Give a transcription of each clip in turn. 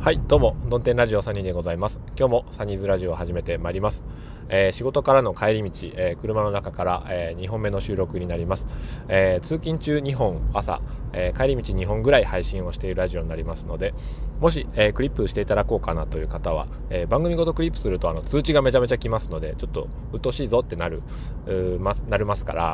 はい、どうも、ドンテンラジオサニーでございます。今日もサニーズラジオを始めてまいります。仕事からの帰り道、車の中から、2本目の収録になります。通勤中2本朝、帰り道2本ぐらい配信をしているラジオになりますので、もし、クリップしていただこうかなという方は、番組ごとクリップすると通知がめちゃめちゃ来ますので、ちょっと鬱陶しいぞってなりますから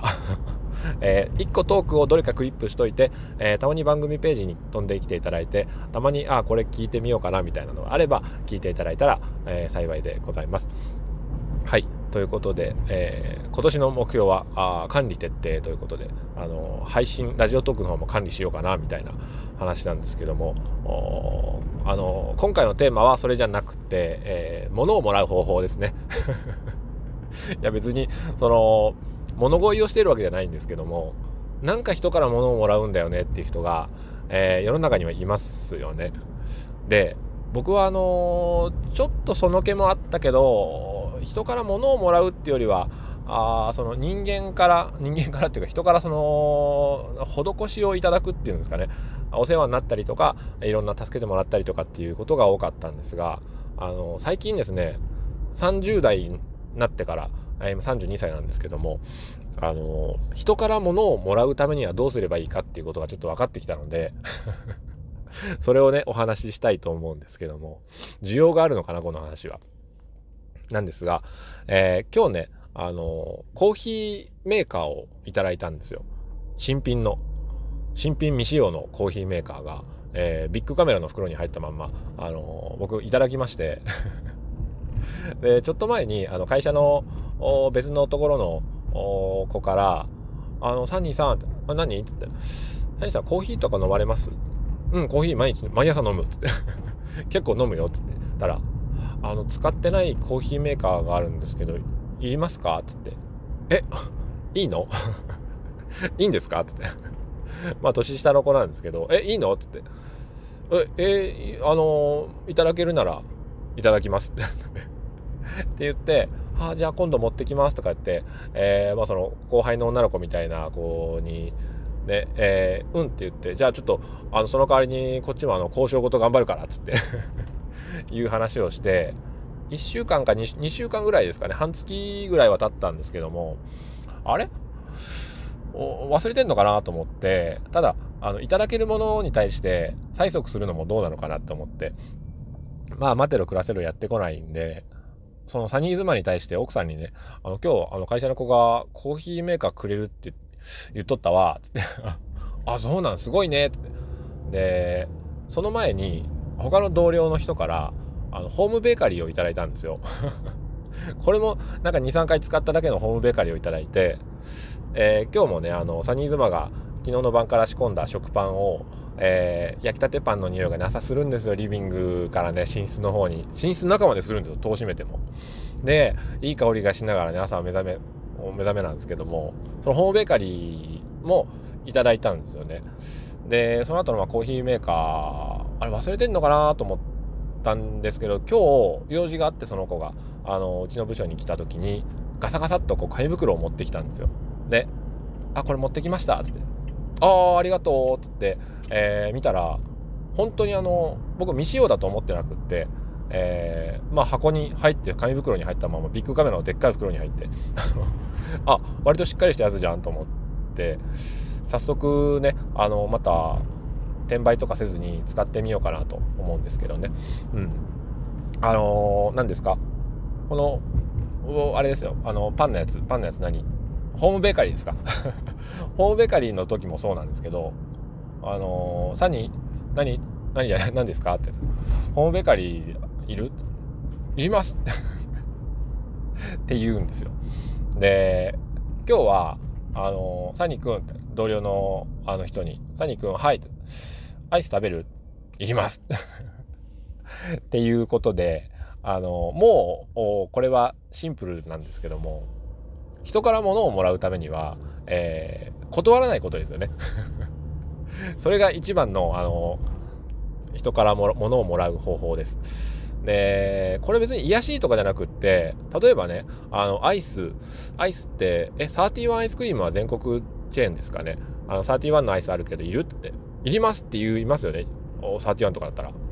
1個トークをどれかクリップしといて、たまに番組ページに飛んできていただいて、たまにこれ聞いてみようかなみたいなのがあれば聞いていただいたら、幸いでございます。はい、ということで、今年の目標は管理徹底ということで、配信ラジオトークの方も管理しようかなみたいな話なんですけども、今回のテーマはそれじゃなくて、物をもらう方法ですね。いや別に物乞いをしているわけじゃないんですけども、なんか人から物をもらうんだよねっていう人が、世の中にはいますよね。で、僕はちょっとその気もあったけど、人から物をもらうっていうよりは、その人間からっていうか人から施しをいただくっていうんですかね。お世話になったりとか、いろんな助けてもらったりとかっていうことが多かったんですが、最近ですね、30代になってから、今32歳なんですけども、人から物をもらうためにはどうすればいいかっていうことがちょっと分かってきたのでそれをねお話ししたいと思うんですけども、需要があるのかなこの話は。なんですが、今日ねコーヒーメーカーをいただいたんですよ。新品未使用のコーヒーメーカーが、ビッグカメラの袋に入ったまんま僕いただきましてでちょっと前に会社の別のところの子からサニーさん何って言って、サニーさんコーヒーとか飲まれます？うん、コーヒー毎朝飲むって結構飲むよっつってたら、使ってないコーヒーメーカーがあるんですけどいりますかっつって、えいいのいいんですかっつってまあ年下の子なんですけど、いいのっつって、いただけるならいただきますってって言って、じゃあ今度持ってきますとか言って、その後輩の女の子みたいな子にね、うんって言って、じゃあちょっとその代わりにこっちも交渉事頑張るからっつっていう話をして、1週間か 2週間ぐらいですかね、半月ぐらいは経ったんですけども、あれ忘れてんのかなと思って、ただいただけるものに対して催促するのもどうなのかなと思って、待てろ暮らせろやってこないんで、そのサニーズマンに対して奥さんにね、今日会社の子がコーヒーメーカーくれるって言っとったわつってそうなんすごいねって。でその前に他の同僚の人からホームベーカリーをいただいたんですよこれもなんか 2,3 回使っただけのホームベーカリーをいただいて、今日もねサニーズマが昨日の晩から仕込んだ食パンを、焼きたてパンの匂いがなさするんですよ。リビングからね寝室の中までするんですよ、戸を閉めても。でいい香りがしながらね朝は目覚めなんですけども、そのホームベーカリーもいただいたんですよね。でその後のコーヒーメーカー忘れてんのかなと思ったんですけど、今日用事があってその子がうちの部署に来た時にガサガサっと紙袋を持ってきたんですよ。でこれ持ってきましたっつって、ありがとうっつって、見たら本当に僕未使用だと思ってなくって、箱に入って紙袋に入ったままビッグカメラのでっかい袋に入って割としっかりしたやつじゃんと思って、早速ねまた転売とかせずに使ってみようかなと思うんですけどね。何ですかこのあれですよ、パンのやつ何ホームベーカリーですかホームベーカリーの時もそうなんですけど、サニー何じゃない何ですかって、ホームベーカリーいりますって言うんですよ。で今日はサニーくんって同僚の人に、サニーくんはいアイス食べる？いりますっていうことで、もうこれはシンプルなんですけども、人から物をもらうためには、断らないことですよねそれが一番の人から物をもらう方法です。でこれ別に癒やしいとかじゃなくって、例えばねアイスって31アイスクリームは全国チェーンですかね。31のアイスあるけどいるって言って、いりますって言いますよね、31とかだったら。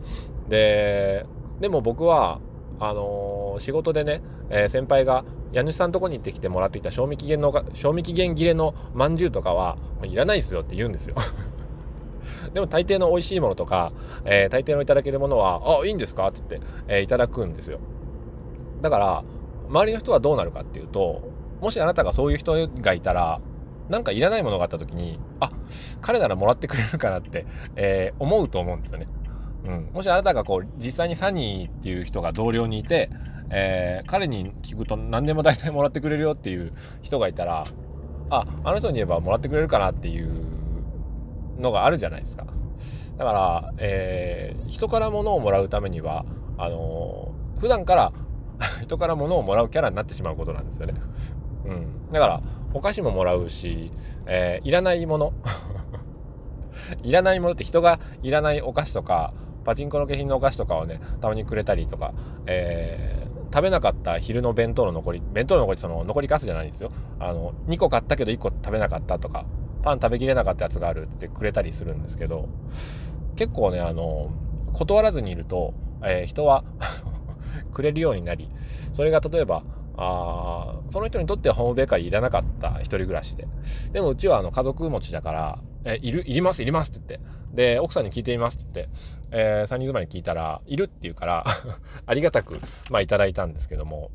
でも僕は仕事でね、先輩が家主さんのとこに行ってきてもらっていた賞味期限切れのまんじゅうとかはいらないですよって言うんですよ。でも大抵の美味しいものとか、大抵のいただけるものは、いいんですかって言って、いただくんですよ。だから周りの人はどうなるかっていうと、もしあなたがそういう人がいたら、なんかいらないものがあった時に、彼ならもらってくれるかなって、思うと思うんですよね。もしあなたが実際にサニーっていう人が同僚にいて、彼に聞くと何でも大体もらってくれるよっていう人がいたら、あの人に言えばもらってくれるかなっていうのがあるじゃないですか。だから、人から物をもらうためには、普段から人から物をもらうキャラになってしまうことなんですよね。だからお菓子ももらうし、いらないものいらないものって、人がいらないお菓子とかパチンコの景品のお菓子とかをね、たまにくれたりとか、食べなかった昼の弁当の残りってその残りカスじゃないんですよ。2個買ったけど1個食べなかったとか、パン食べきれなかったやつがあるってくれたりするんですけど、結構ね断らずにいると、人はくれるようになり、それが例えばその人にとってはホームベーカリーいらなかった一人暮らしでもうちは家族持ちだから、いりますって言って、で奥さんに聞いてみますって言って、3人妻に聞いたらいるって言うからありがたくいただいたんですけども、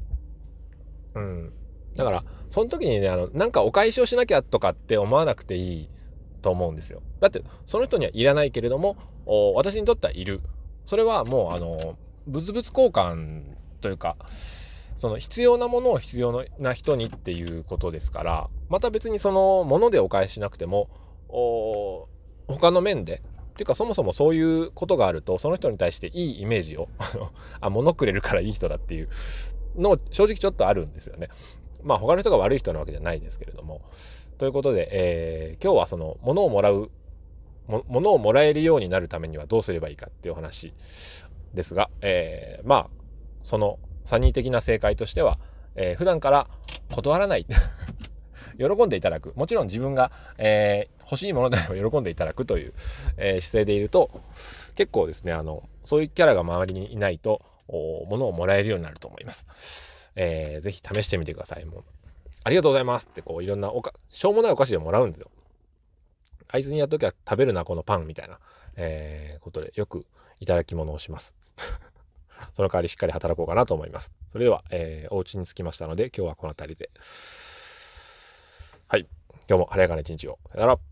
だからその時にね、なんかお返しをしなきゃとかって思わなくていいと思うんですよ。だってその人にはいらないけれども、私にとってはいる。それはもう物々交換というか、その必要なものを必要な人にっていうことですから、また別にそのものでお返ししなくても、他の面でっていうか、そもそもそういうことがあるとその人に対していいイメージを物くれるからいい人だっていうの正直ちょっとあるんですよね。他の人が悪い人なわけじゃないですけれども。ということで、今日はその物をもらえるようになるためにはどうすればいいかっていう話ですが、そのサニー的な正解としては、普段から断らない喜んでいただく、もちろん自分が、欲しいものであれば喜んでいただくという、姿勢でいると、結構ですねそういうキャラが周りにいないと物をもらえるようになると思います。ぜひ試してみてください。もうありがとうございますってしょうもないお菓子でもらうんですよ。あいつにやっときゃ食べるなこのパンみたいな、ことでよくいただき物をします。その代わりしっかり働こうかなと思います。それでは、お家に着きましたので今日はこの辺りで、はい、今日も晴れやかな一日を。さよなら。